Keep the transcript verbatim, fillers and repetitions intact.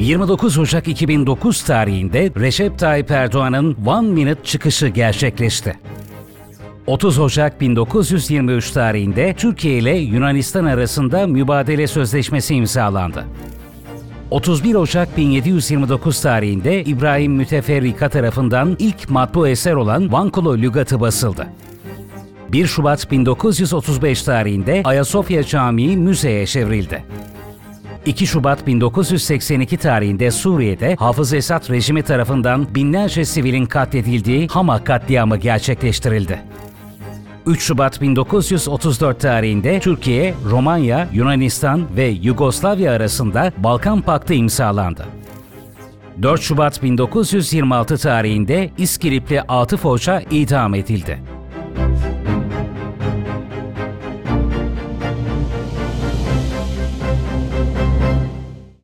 yirmi dokuz Ocak iki bin dokuz tarihinde Recep Tayyip Erdoğan'ın One Minute çıkışı gerçekleşti. otuz Ocak bin dokuz yüz yirmi üç tarihinde Türkiye ile Yunanistan arasında mübadele sözleşmesi imzalandı. otuz bir Ocak bin yedi yüz yirmi dokuz tarihinde İbrahim Müteferrika tarafından ilk matbu eser olan Vankulo Lügatı basıldı. bir Şubat bin dokuz yüz otuz beş tarihinde Ayasofya Camii müzeye çevrildi. iki Şubat bin dokuz yüz seksen iki tarihinde Suriye'de Hafız Esad rejimi tarafından binlerce sivilin katledildiği Hama katliamı gerçekleştirildi. üç Şubat bin dokuz yüz otuz dört tarihinde Türkiye, Romanya, Yunanistan ve Yugoslavya arasında Balkan Paktı imzalandı. dört Şubat bin dokuz yüz yirmi altı tarihinde İskilipli Atıf Hoca idam edildi.